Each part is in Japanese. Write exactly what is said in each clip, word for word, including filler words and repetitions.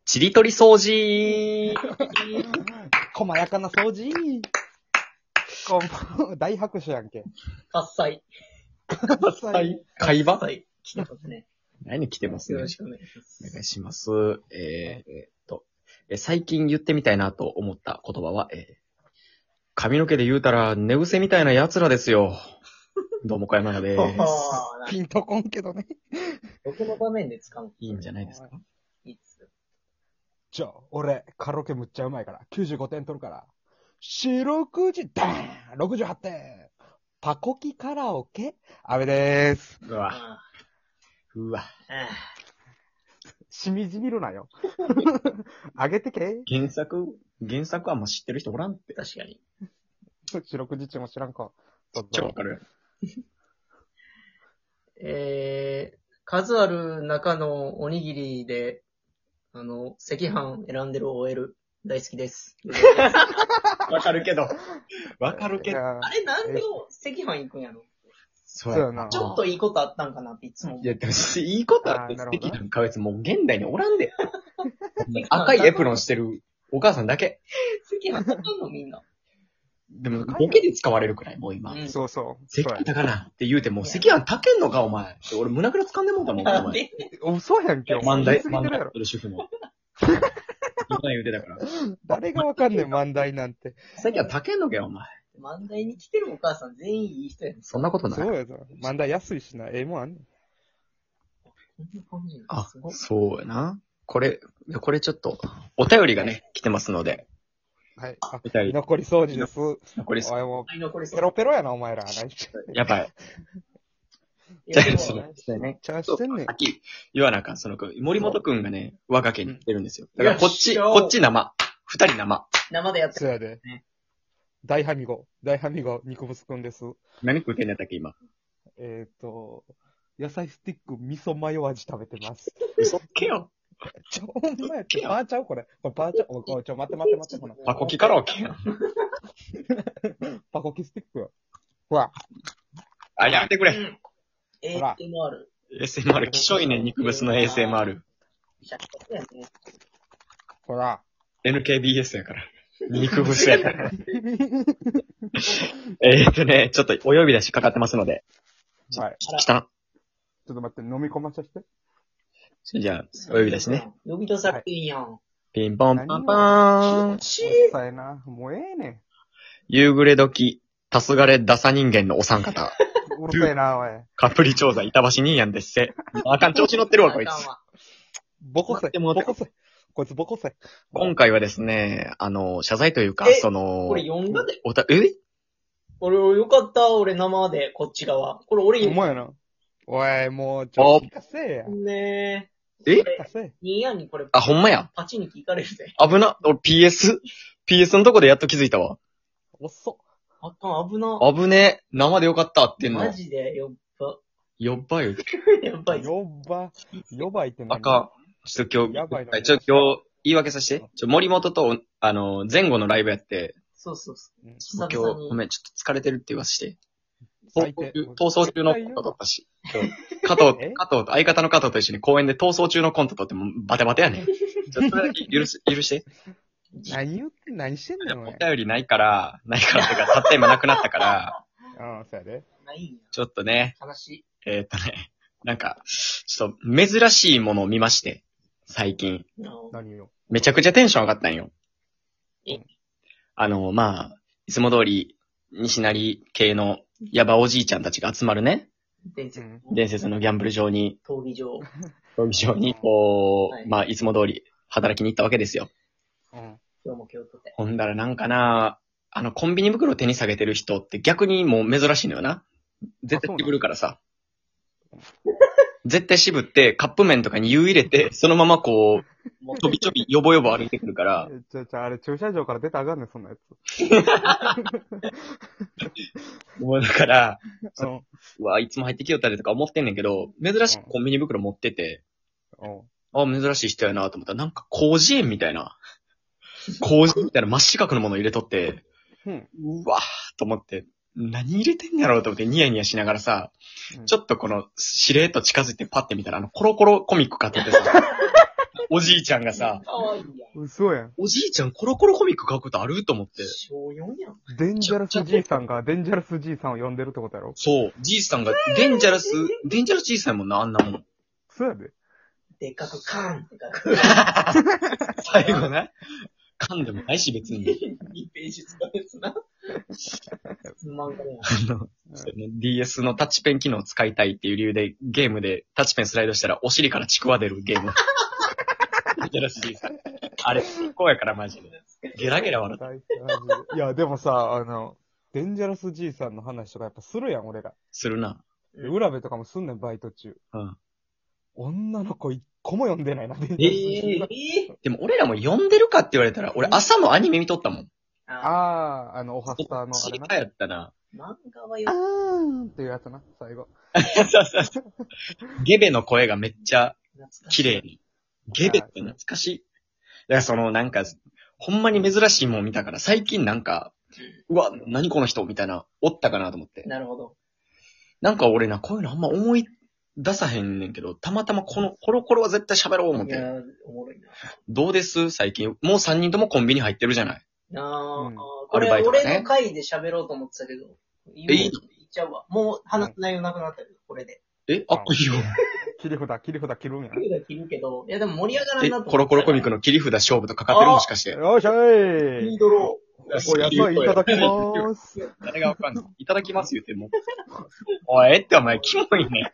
ちりとり掃除細やかな掃除こん大拍手やんけ。 喝采。 喝采。 会話喝采。来てますね。 何来てますね。 よろしくお願いします。 お願いします。えー、えーっと、え最近言ってみたいなと思った言葉は、えー、髪の毛で言うたら寝癖みたいな奴らですよ。どうも小山田でほす。 ほーピンとこんけどね。 僕の場面で使うのいいんじゃないですか。 いいですよ。 じゃあ、俺、カラオケむっちゃうまいから、きゅうじゅうごてん取るから。四六時、ダーン !ろくじゅうはってんパコキカラオケ阿部でーす。 うわ、 あうわ。 ああしみじみるなよ。あげてけ原作、原作はもう知ってる人おらんって。 確かに。 四六時中も知らんか。 超わかる。 えー、数ある中のおにぎりで、あの、赤飯選んでる オーエル 大好きです。 わかるけど。わかるけど。 いやあれなんで赤飯行くんやろそそうやな。 ちょっといいことあったんかなっていつも思う。 いや、でも、いいことあって、素あーなるほど敵な買うやつもう現代におらんで。赤いエプロンしてるお母さんだけ。 赤飯高いのみんな。 でも、ボケで使われるくらい、もう今。 うんそうそう。 赤飯高なって言うても、赤飯高けんのか、お前。俺、胸ぐら掴んでもうたもん、お前。 なんで嘘やんけ、お前。 漫才、 言い過ぎ漫才やってるやろ。 てる主婦の。今言うてたから。 誰がわかんねん、漫才なんて。 赤飯高けんのかよ、お前。 漫才に来てるお母さん全員いい人やねん。 そんなことない。 そうやぞ。漫才安いしな、ええもんあんねん。 こんな感じなんあすごい。、 そうやな。これ、これちょっと、お便りがね、来てますので。 はい。あ、 お便り、 残り掃除です。 残りおいもはい、残りう、ペロペロやな、お前ら。何してやばい。 いやでもじゃあそのそうやね。 ちゃしてんねんさっ。き言わなあかん。その、森本くんがね、我が家に来てるんですよ。だからこっち、 よっしゃーこっち生。二人生。 生でやってそうやでね。 大はみご。大はみご、肉ぶすくんです。 何食うてんやったっけ、今。 えっ、ー、と、野菜スティック味噌マヨ味食べてます。 嘘っけよ。 ちょ、ほんまやって、パーちゃうこれ。これパーちゃうおいおいちょ、待って待って待って、ほな。 パコキカラオケやん。 パコキスティック。ほら、 あ、やめてくれ。 うん。エほらーエムアール。 エーエスエムアール、きしょいねん、肉ブスの エーエスエムアール。 シャキシャキやね。 ほら。 エヌケービーエス やから。肉ブスやから。えーっとね、ちょっとお呼び出しかかってますので。 はい。 来た。 ちょっと待って、飲み込まさせて。 じゃあ、お呼び出しね。。 呼び出されていいやん。 ピンポンパンパーン。 しうるさいな。もうええね夕暮れ時、黄昏ダサ人間のお三方。 ん。うるさいな、おい。 カプリ調査板橋人やんですせ。あかん、調子乗ってるわ、こいつ。 ボコせ。 待ってもうてボコせ。こいつボコせ。 今回はですね、あの、謝罪というかえ、 その、 これ読んだで。 おた、え俺、よかった、俺生で、こっち側。これ俺お前やな。おい、もう、ちょ、聞かせえや。 ねえ聞かせえ。 え。にやんにこれ、 あ、ほんまや。 パチに聞かれるぜ。 危な。俺 ピーエス、ピーエス のとこでやっと気づいたわ。 おっそ。 あかん、危な。 危ねえ。生でよかったってんの。 マジで、よっば。 よっばよ。 やばい。 よば、よばいって何あかん。ちょっと今日、 やばいなはいちょ、今日、言い訳させて。ちょ、森本と、あの、前後のライブやって、 そうそうそう。 うん久今日、 々に。 ごめん、ちょっと疲れてるって言わせて。逃最低走中、逃走中のコント撮ったし。今日加藤え、 加藤と、相方の加藤と一緒に公園で逃走中のコント撮ってもバテバテやねん。ちょっとそれだけ許し、許して。 何言って、何してんねん、おお前。 便りないから、ないからってか、たった今なくなったから、 うん、そうやで。 ないんや。 ちょっとね、 悲しい。 えーっとね、なんか、ちょっと珍しいものを見まして、最近。 何よ。 めちゃくちゃテンション上がったんよ。 えあの、まあ、いつも通り、西成系のヤバおじいちゃんたちが集まるね、 伝説の伝説のギャンブル場に、 闘技場。 闘技場に、こう、 はいまあ、いつも通り働きに行ったわけですよ。 うん。 今日も今日とて。 ほんだらなんかな、あの、コンビニ袋手に下げてる人って逆にもう珍しいのよな。絶対渋るからさ。絶対渋って、カップ麺とかに湯入れて、そのままこう、 もうちょびちょび、よぼよぼ歩いてくるから、 えちょ、ちょ、あれ、駐車場から出たらあかんねん、そんなやもうだから、 つ。うん。 うわ、いつも入ってきよったでとか思ってんねんけど、珍しくコンビニ袋持ってて、 うん。 あ、珍しい人やなと思ったら、なんか広辞苑みたいな、広辞苑みたいな真四角のもの入れとって、 うん。 うわーと思って、何入れてんやろうと思ってニヤニヤしながらさ、ちょっとこの、しれーっと近づいてパッて見たら、あの、コロコロコミック買っててさ、 おじいちゃんがさ、 かわいいやん。 嘘やん。 おじいちゃんコロコロコミック書くことあると思って。 小よんやん。 デンジャラスじいさんがデンジャラスじいさんを呼んでるってことやろ？ そう。じいさんが、デンジャラス、デンジャラスじいさんやもんな、あんなもん。 そうやで。 でっかくカーンって書く。 最後ね。噛んでもないし、別に。 にページ使うやつな。つまんかねあの、その ディーエス のタッチペン機能を使いたいっていう理由で、ゲームでタッチペンスライドしたら、お尻からちくわ出るゲーム。デンジャラスじいさん。あれ、こうやからマジで。ゲラゲラ笑った。 大事マジでいや、でもさ、あの、デンジャラスじいさんの話とかやっぱするやん、俺が。 するな。 で浦部とかもすんねん、バイト中。 うん。 女の子一個も読んでないな、デンジャえラスじいさん。 えでも俺らも読んでるかって言われたら、俺朝のアニメ見とったもん。 ああー、あの、オハスターのあれな。 知りたやったな。 漫画はあよーんっていうやつな、最後。 そうそうそう。ゲベの声がめっちゃ懐かしい綺麗に。ゲベって懐かしい。だからそのなんか、ほんまに珍しいもん見たから、最近なんか、うわ、何この人みたいな、おったかなと思って。 なるほど。 なんか俺な、こういうのあんま思い出さへんねんけど、たまたまこのコロコロは絶対喋ろう思って。 いやー、おもろいな。 どうです最近。もうさんにんともコンビニ入ってるじゃない。 なあ、 うんこれアルバイトがね俺の回で喋ろうと思ってたけど、言えいいの言っちゃうわ。もう話す内容なくなったけど、これで。 えあ、いいよ。 切り札、切り札切るんやな。 切るだ切るけど、いやでも盛り上がらんえ、 なと思って。 コロコロコミックの切り札勝負とかかってるもしかして。 よっしゃいリードロお野菜いただきまーす。 誰がわかんない。いただきます言っても。おい、えってお前、キモいね。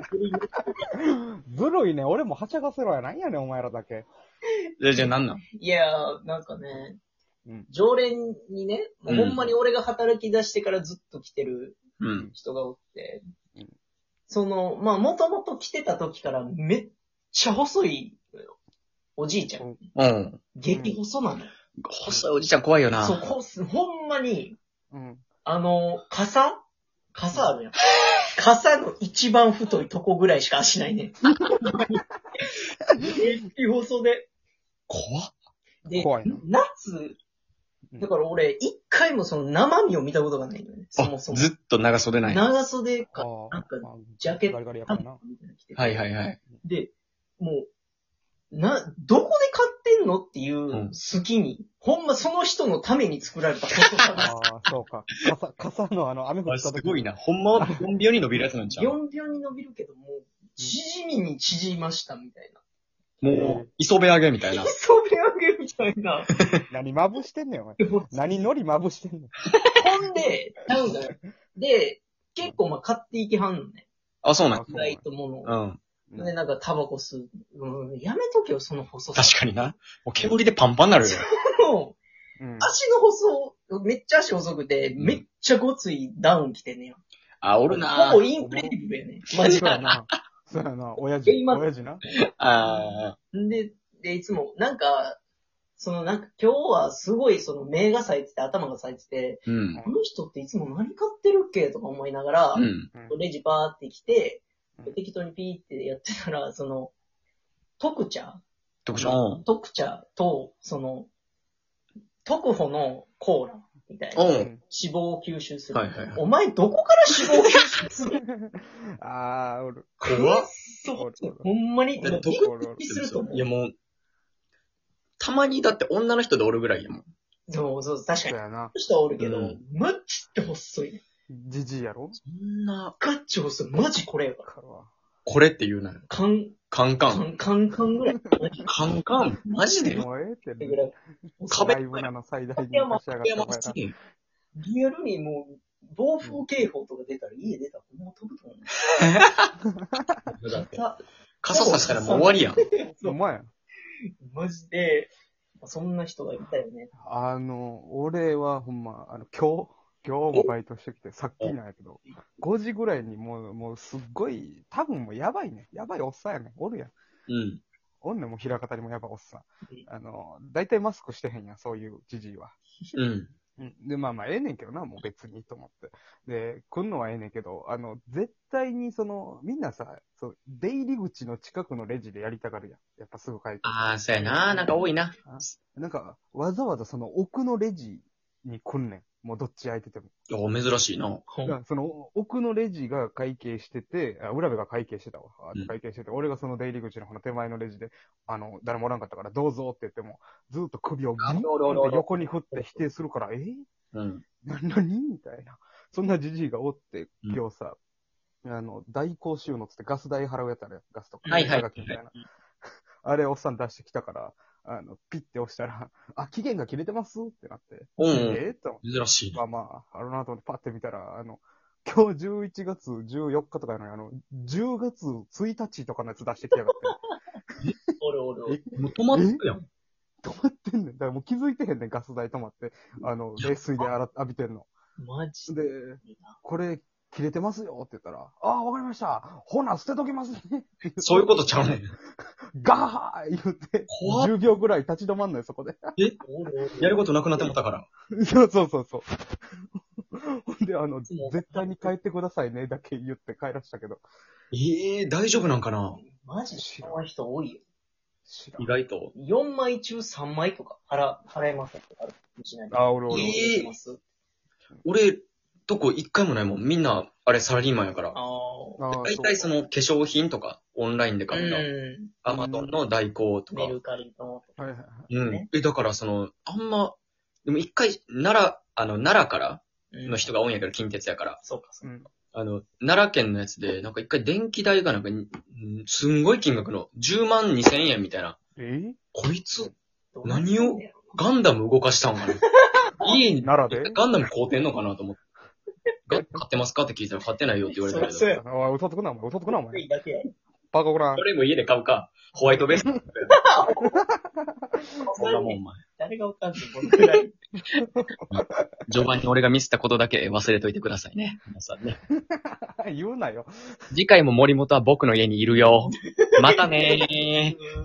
ずるいね。俺もはしゃがせろや。なんやねん、お前らだけ。 じゃあ、じゃあなんなんー。いやー、なんかね、 うん。 常連にね、もうほんまに俺が働き出してからずっと来てるうん。 人がおって、 うんその、まあ、もともと来てた時からめっちゃ細いのよ。おじいちゃん。 うん。 激細なのよ。 細いおじちゃん怖いよな。 そう、こうほんまに、 うん。 あの、傘傘あるやん。傘の一番太いとこぐらいしか足ないねん。激細で。 怖っ。 で怖いな、 夏、だから俺、一回もその生身を見たことがないのよね。そもそも。 ずっと長袖ない。 長袖か、 あなんかまあジャケットガリガリやからな。 みたいなの着ててはいはいはい。 で、もう、な、どこで買ってんのっていう好きに、ほんまその人のために作られた細さが、 ああ、そうか。傘、傘のあの、雨降あれった時すごいな。ほんまはよんびょうに伸びるやつなんちゃうよんびょうに伸びるけども、縮みに縮みましたみたいな。 もう、磯辺揚げみたいな。 磯辺揚げみたいな。 何まぶしてんねん、お前。何海苔まぶしてんねん。 ほんで、なんだよ。で、結構まあ買っていきはんのね。 あ、そうなん意外とものを。 うん。 で、なんかタバコ吸う。うん、やめとけよ、その細さ。 確かにな。もう煙でパンパンになるよ。 もううん。 足の細、めっちゃ足細くて、 うんめっちゃごついダウン着てんねや。 あ、おるなほぼインプレッティブやね。マジで。 そうやな。そうやな。親父。 え今親父な。 あで、で、いつも、なんか、そのなんか今日はすごいその目が冴えてて頭が冴えてて、 ーうん。 この人っていつも何買ってるっけとか思いながら、 うん。 レジバーって来てうん、 適当にピーってやってたら、その、特茶特徴。 特茶と、その、特保のコーラみたいな。 うん。 うん。 脂肪を吸収する。 はいはいはいお前どこから脂肪を吸収するああ、おる。 怖っ。 そうおるおるほんまに、 だってもうびっおるおるくりすると思う。 いやもう、たまにだって女の人でおるぐらいやもん。 そうそう、確かに。 そうやな。 人はおるけど、 うんマジで細いね。 じじいやろそんな、 ガッチ細い。マジこれやから。 かるわ。 これって言うなよ。 カン、 カンカン。 カン、カンカンぐらい。マジカンカンマジでもうええってぐらい。 壁ライブなの最大にいや、ま立ち上があ、いや、まあ、 ったお前ら。 リアルにもう、暴風警報とか出たら家出たらもう飛ぶと思う。 だってさ傘さしたらもう終わりやん。 そうお前マジで、そんな人がいたよね。 あの、俺はほんま、あの、今日、今日もバイトしてきて、さっきなんやけど、ごじぐらいにもう、もうすっごい、多分もうやばいね。やばいおっさんやねん。おるやん。 うん。 おんねん、もう平方にもやばいおっさんうん。 あの、大体マスクしてへんやん、そういうじじいは。 うん。 うん。で、まあまあ、ええねんけどな、もう別にと思って。で、来んのはええねんけど、あの、絶対にその、みんなさ、そう、出入り口の近くのレジでやりたがるやん。やっぱすぐ帰って。 ああ、そうやな。なんか多いな。 なんか、わざわざその奥のレジに来んねん。 もうどっち空いてても。 あ、珍しいな。 ほんだからその、奥のレジが会計してて、あ、浦部が会計してたわ。あうん会計してて、俺がその出入り口のこの手前のレジで、あの、誰もおらんかったから、どうぞって言っても、ずっと首をグンって横に振って否定するから、えうん。 な、なにみたいな。そんなじじいがおってう、ん今日さ、あの、代行収納つってガス代払うやつあるやん、ガスとか。 はいはい差額みたいな。あれ、おっさん出してきたから、あの、ピッて押したら、あ、期限が切れてますってなって。 うんええって思って。 珍しいな。 まあまあ、あるなと思ってパッて見たら、あの、今日じゅういちがつじゅうよっかとかやのに、あの、じゅうがつついたちとかのやつ出してきやがって。 おるおるおる。 もう止まってるやん。 止まってんねん。だからもう気づいてへんねん、ガス代止まって。あの、冷水で洗っ浴びてんの。 マジで、 いいな。 これ、切れてますよって言ったら、ああ、わかりました。ほな、捨てときますね。って言ってそういうことちゃうねん。 ガー言って、 怖っじゅうびょうぐらい立ち止まんのよ、そこで。 おるおる。 やることなくなってもたから。 そうそうそうそう。ほんで、あの、絶対に帰ってくださいね、だけ言って帰らしたけど。 ええー、大丈夫なんかな。 マジ知らない人多いよ。 知らん意外と。 よんまい中さんまいとか払、払えますってあるかもしれないけど。 あ、俺俺俺。 えーいます俺、とこ一回もないもん。みんな、あれサラリーマンやから。 ああ。 あー大体その化粧品とか、オンラインで買うな。 うん。 アマゾンの代行とかメ。ルカリの。 はいはいはい。 うんね。 え、だからその、あんま、でも一回、奈良、あの、奈良からうんの人が多いんやけど、近鉄やから。 そうか、そううか。 ん。 あの、奈良県のやつで、なんか一回電気代がなんかに、んすんごい金額のじゅうまんにせんえんみたいな。 えこいつ、 どうなってんねやろガンダム動かしたんかな家に、 奈良でガンダム買うてんのかなと思って。が買ってますかって聞いたら買ってないよって言われたけど。 そうや。 おい、嘘つくな、お前。嘘つくな、お前。 いいだけや。 バカこらんそ。れも家で買うか、ホワイトベース。そんなもん、お前。 誰がわかんないこのくらい。 序盤に俺がミスったことだけ忘れといてくださいね。皆さんね。 言うなよ。 次回も森本は僕の家にいるよ。またねー。